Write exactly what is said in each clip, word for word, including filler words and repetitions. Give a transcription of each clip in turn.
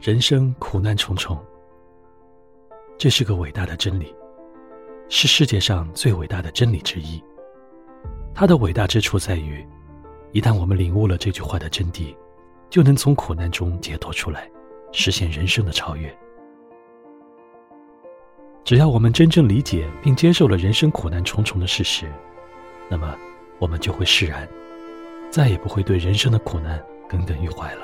人生苦难重重，这是个伟大的真理，是世界上最伟大的真理之一。它的伟大之处在于，一旦我们领悟了这句话的真谛，就能从苦难中解脱出来，实现人生的超越。只要我们真正理解并接受了人生苦难重重的事实，那么我们就会释然，再也不会对人生的苦难耿耿于怀了。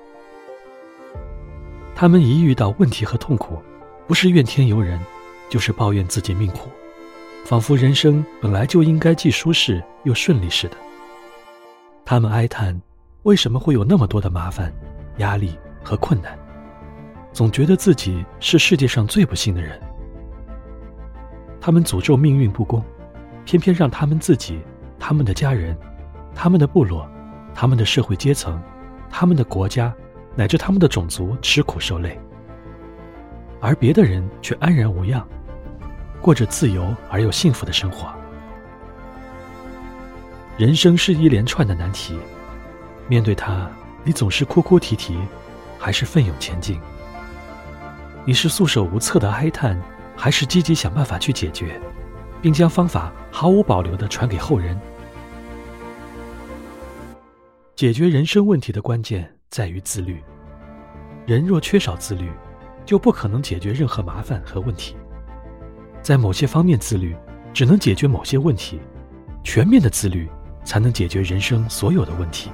他们一遇到问题和痛苦，不是怨天尤人，就是抱怨自己命苦，仿佛人生本来就应该既舒适又顺利似的。他们哀叹为什么会有那么多的麻烦、压力和困难，总觉得自己是世界上最不幸的人。他们诅咒命运不公，偏偏让他们自己、他们的家人、他们的部落、他们的社会阶层、他们的国家乃至他们的种族吃苦受累，而别的人却安然无恙，过着自由而又幸福的生活。人生是一连串的难题，面对它，你总是哭哭啼啼，还是奋勇前进？你是束手无策的哀叹，还是积极想办法去解决，并将方法毫无保留地传给后人？解决人生问题的关键在于自律。人若缺少自律，就不可能解决任何麻烦和问题。在某些方面自律，只能解决某些问题；全面的自律，才能解决人生所有的问题。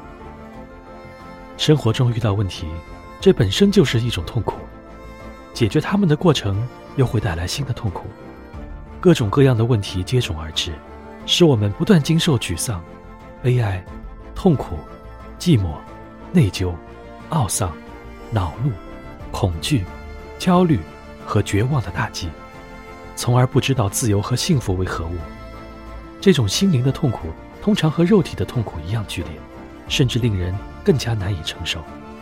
生活中遇到问题，这本身就是一种痛苦，解决它们的过程又会带来新的痛苦。各种各样的问题接踵而至，使我们不断经受沮丧、悲哀、痛苦、寂寞、内疚、懊丧、恼怒、恐惧、焦虑和绝望的打击，从而不知道自由和幸福为何物。这种心灵的痛苦通常和肉体的痛苦一样剧烈，甚至令人更加难以承受。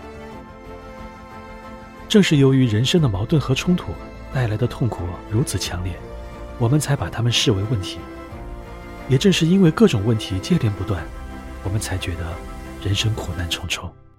正是由于人生的矛盾和冲突带来的痛苦如此强烈，我们才把它们视为问题。也正是因为各种问题接连不断，我们才觉得人生苦难重重。